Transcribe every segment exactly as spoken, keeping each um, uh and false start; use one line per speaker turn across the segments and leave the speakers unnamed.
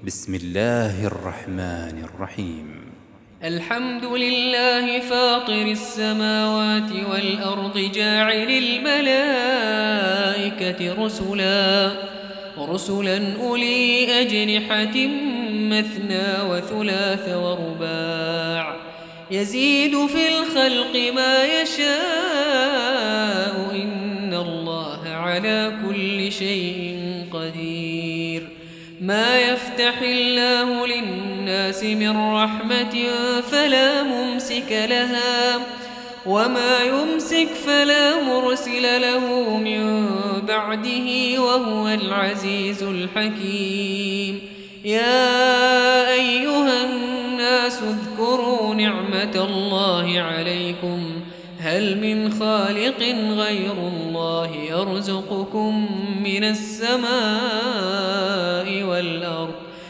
بسم الله الرحمن الرحيم.
الحمد لله فاطر السماوات والأرض جاعل الملائكة رسلا رسلا أولي أجنحة مثنى وثلاث ورباع يزيد في الخلق ما يشاء إن الله على كل شيء قدير. ما يفتح الله للناس من رحمة فلا ممسك لها وما يمسك فلا مرسل له من بعده وهو العزيز الحكيم. يا أيها الناس اذكروا نعمة الله عليكم هل من خالق غير الله يرزقكم من السماء والأرض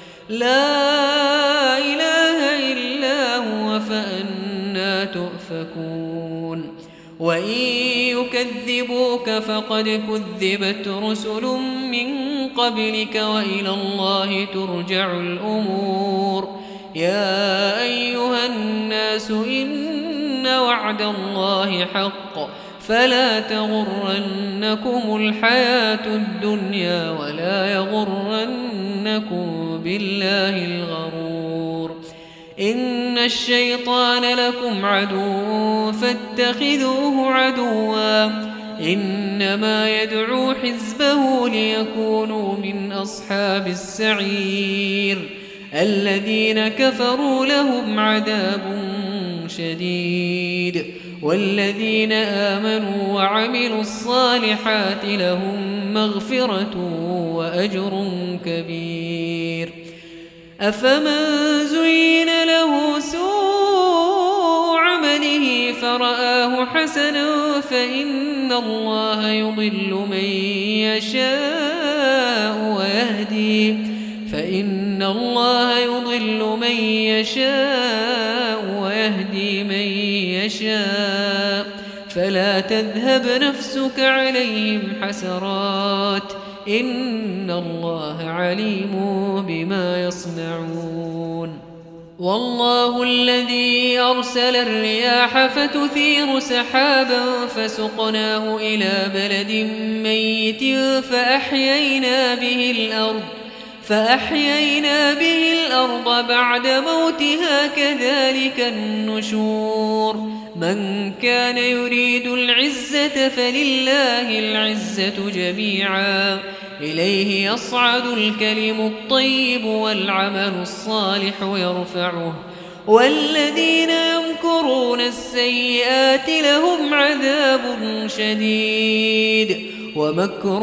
لا إله إلا هو فأنى تؤفكون. وإن يكذبوك فقد كذبت رسل من قبلك وإلى الله ترجع الأمور. يا أيها الناس إن وعد الله حق فلا تغرنكم الحياة الدنيا ولا يغرنكم بالله الغرور. إن الشيطان لكم عدو فاتخذوه عدوا إنما يدعو حزبه ليكونوا من أصحاب السعير. الذين كفروا لهم عذاب شديد والذين آمنوا وعملوا الصالحات لهم مغفرة وأجر كبير. أفمن زين له سوء عمله فرآه حسنا فإن الله يضل من يشاء ويهدي فإن الله يضل من يشاء ويهدي من يشاء فلا تذهب نفسك عليهم حسرات إن الله عليم بما يصنعون. والله الذي أرسل الرياح فتثير سحابا فسقناه إلى بلد ميت فأحيينا به الأرض فأحيينا به الأرض بعد موتها كذلك النشور. من كان يريد العزة فلله العزة جميعا إليه يصعد الكلم الطيب والعمل الصالح يرفعه والذين يمكرون السيئات لهم عذاب شديد ومكر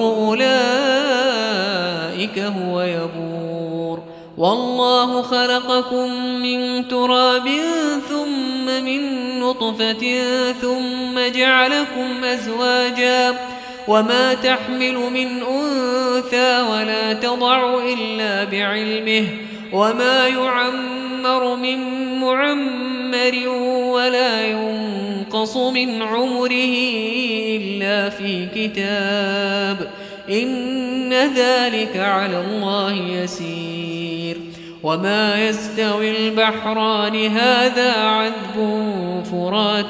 أولئك هو يبور. والله خلقكم من تراب ثم من نطفة ثم جعلكم أزواجا وما تحمل من أنثى ولا تضع إلا بعلمه وما يعمر من معمر ولا ينقص من عمره إلا في كتاب إن ذلك على الله يسير. وما يستوي البحران هذا عذب فرات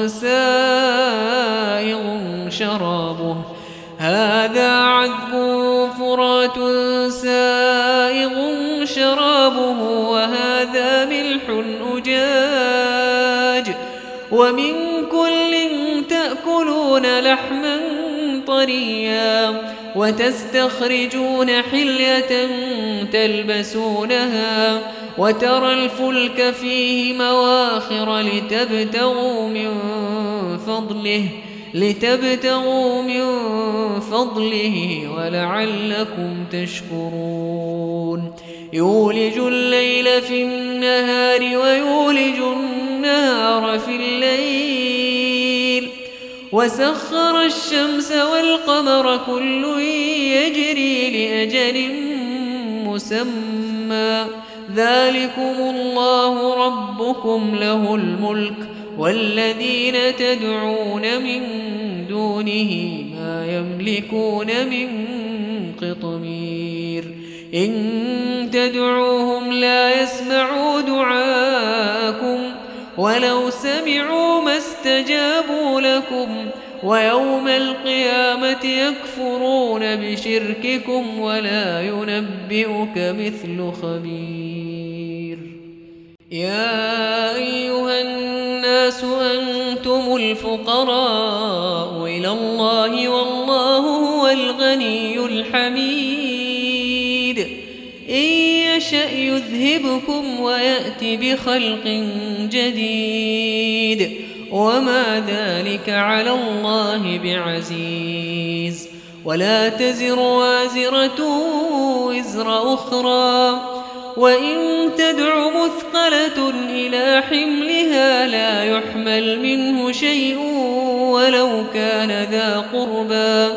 سائغ شرابه هذا عذب فرات سائغ شرابه وهذا ملح أجاج ومن كل تأكلون لحما طريا وتستخرجون حلية تلبسونها وترى الفلك فيه مواخر لتبتغوا من فضله لتبتغوا من فضله ولعلكم تشكرون. يولج الليل في النهار ويولج النهار في الليل وسخر الشمس والقمر كل يجري لأجل مسمى ذلكم الله ربكم له الملك والذين تدعون من دونه ما يملكون من قطمير. إن تدعوهم لا يسمعوا دعاءكم ولو سمعوا ما استجابوا لكم ويوم القيامة يكفرون بشرككم ولا ينبئك مثل خبير. يا أيها الناس أنتم الفقراء إلى الله والله هو الغني الحميد. إن يشأ يذهبكم ويأتي بخلق جديد وما ذلك على الله بعزيز. ولا تزر وازرة وزر أخرى وإن تدع مثقلة إلى حملها لا يحمل منه شيء ولو كان ذا قربى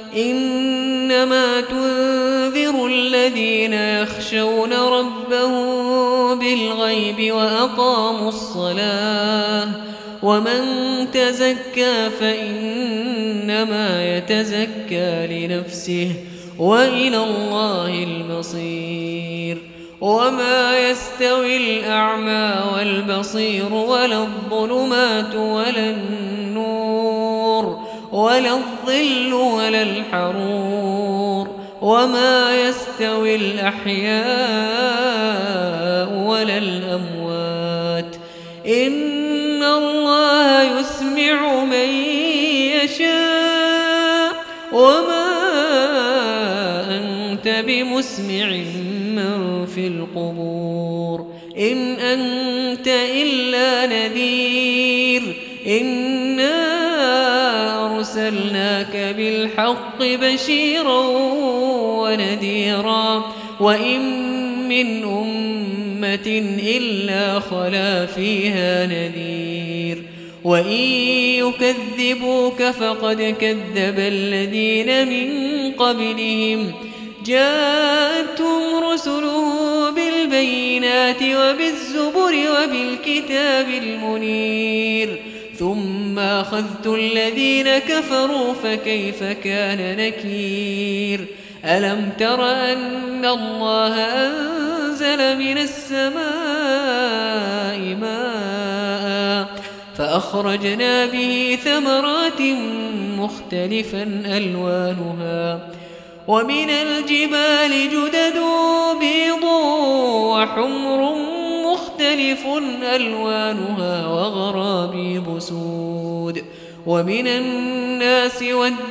إنما تنذر الذين يخشون ربهم بالغيب وأقاموا الصلاة ومن تزكى فإنما يتزكى لنفسه وإلى الله المصير. وما يستوي الأعمى والبصير ولا الظلمات ولا النور ولا الظل ولا الحرور وما يستوي الأحياء ولا الأموات إن الله يسمع من يشاء وما أنت بمسمع من في القبور إن أنت إلا نذير إنا أرسلناك بالحق بشيرا ونذيرا وإن من أمة إلا خلا فيها نذير وإن يكذبوك فقد كذب الذين من قبلهم جاءتهم رسلهم بالبينات وبالزبر وبالكتاب المنير ثم أخذت الذين كفروا فكيف كان نكير. ألم تر أن الله أنزل من السماء ماء فأخرجنا به ثمرات مختلفا ألوانها ومن الجبال جدد بيض وحمر مختلف ألوانها وغرابيب سود ومن الناس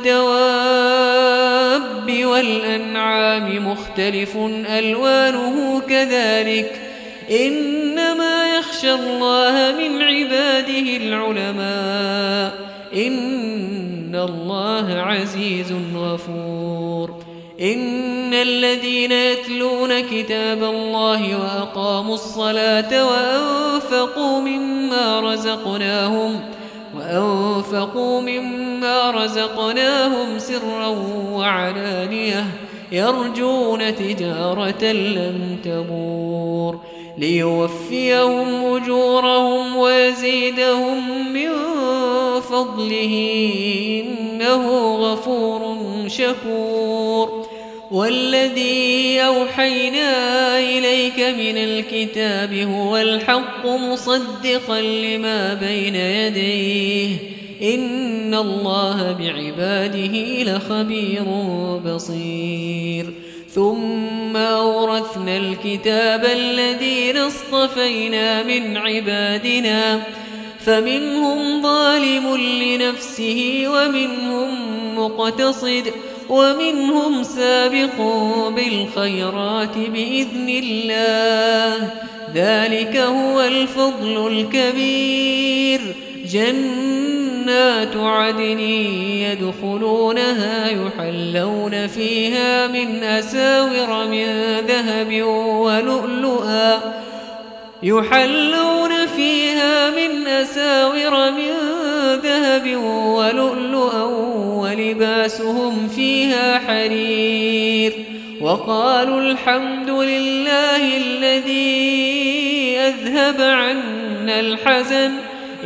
والدواب والأنعام مختلف ألوانه كذلك إنما يخشى الله من عباده العلماء إن الله عزيز غفور. إن الذين يتلون كتاب الله وأقاموا الصلاة وأنفقوا مما رزقناهم وأنفقوا مما رزقناهم سرا وعلانية يرجون تجارة لن تبور ليوفيهم أجورهم ويزيدهم من فضله إنه غفور شكور. والذي أوحينا إليك من الكتاب هو الحق مصدقا لما بين يديه إن الله بعباده لخبير بصير. ثم أورثنا الكتاب الذين اصطفينا من عبادنا فمنهم ظالم لنفسه ومنهم مقتصد ومنهم سابق بالخيرات بإذن الله ذلك هو الفضل الكبير. جنات عدن يدخلونها يحلون فيها من أساور من ذهب ولؤلؤا يحلون فيها من أساور من ذهب ولؤلؤا ولباسهم فيها حرير وقالوا الحمد لله الذي أذهب عنا الحزن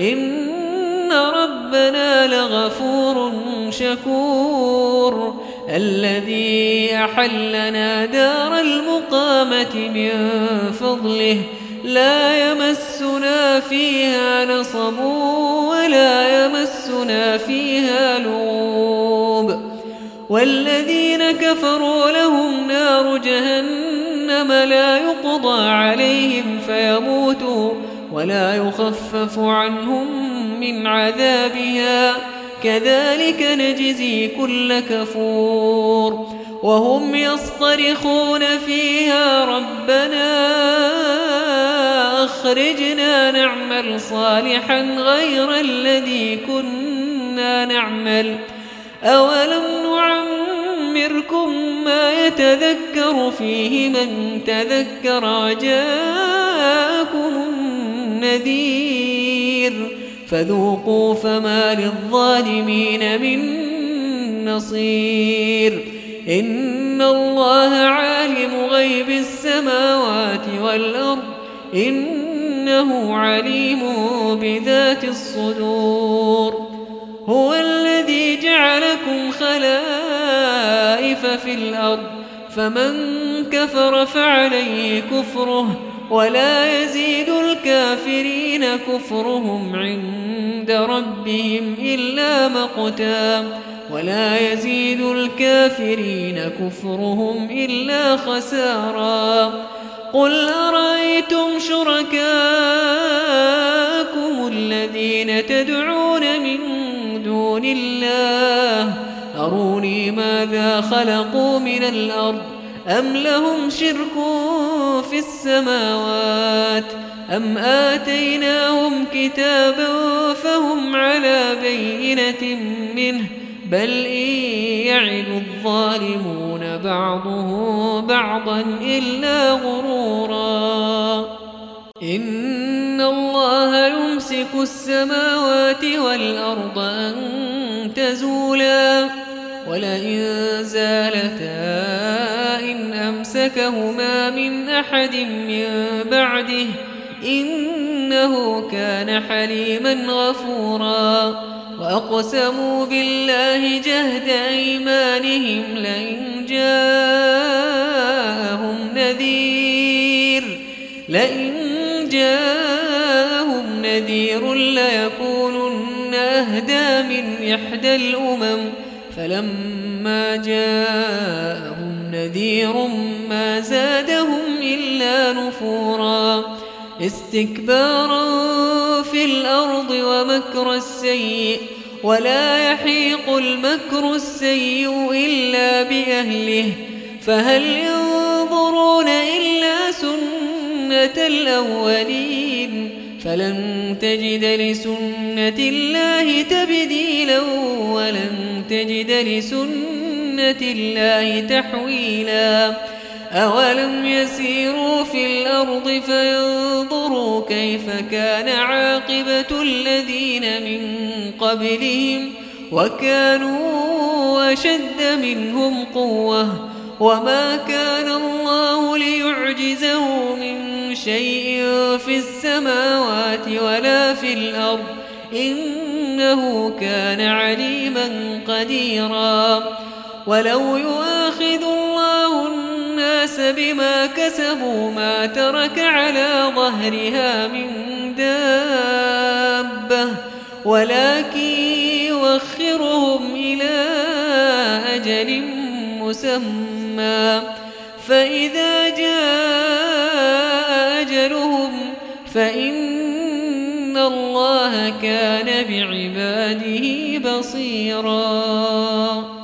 إن ربنا لغفور شكور. الذي أحلنا دار المقامة من فضله لا يمسنا فيها نصب ولا يمسنا فيها لغوب والذين كفروا لهم نار جهنم لا يقضى عليهم فيموتوا ولا يخفف عنهم من عذابها كذلك نجزي كل كفور وهم يصطرخون فيها ربنا أخرجنا نعمل صالحا غير الذي كنا نعمل أولم نعمركم ما يتذكر فيه من تذكر وجاءكم النذير فذوقوا فما للظالمين من نصير إن الله عالم غيب السماوات والأرض إنه عليم بذات الصدور هو الذي جعلكم خلائف في الأرض فمن كفر فعليه كفره ولا يزيد الكافرين كفرهم عند ربهم إلا مقتا ولا يزيد الكافرين كفرهم إلا خسارا قل أرأيتم شركاءكم الذين تدعون من دون الله أروني ماذا خلقوا من الأرض أم لهم شرك في السماوات أم آتيناهم كتابا فهم على بينة منه بل إن يعد الظالمون بعضهم بعضا إلا غرورا إن الله يمسك السماوات والأرض أن تزولا ولئن زالتا إن أمسكهما من أحد من بعده إنه كان حليما غفورا وأقسموا بالله جهد أيمانهم لئن جاءهم نذير لئن جاءهم نذير ليكونن أهدى من إحدى الأمم فلما جاءهم نذير ما زادهم إلا نفورا استكبارا في الأرض ومكر السيء ولا يحيق المكر السيء إلا بأهله فهل ينظرون إلا سنة الأولين فلن تجد لسنة الله تبديلا ولن تجد لسنة الله تحويلا أولم يسيروا في الأرض فينظروا كيف كان عاقبة الذين من قبلهم وكانوا أشد منهم قوة وما كان الله ليعجزه من شيء في السماوات ولا في الأرض إنه كان عليما قديرا ولو يؤاخذ الله الناس بما كسبوا ما ترك على ظهرها من دابة ولكن يوخرهم إلى أجل مسمى فإذا جاء أجلهم فإن الله كان بعباده بصيراً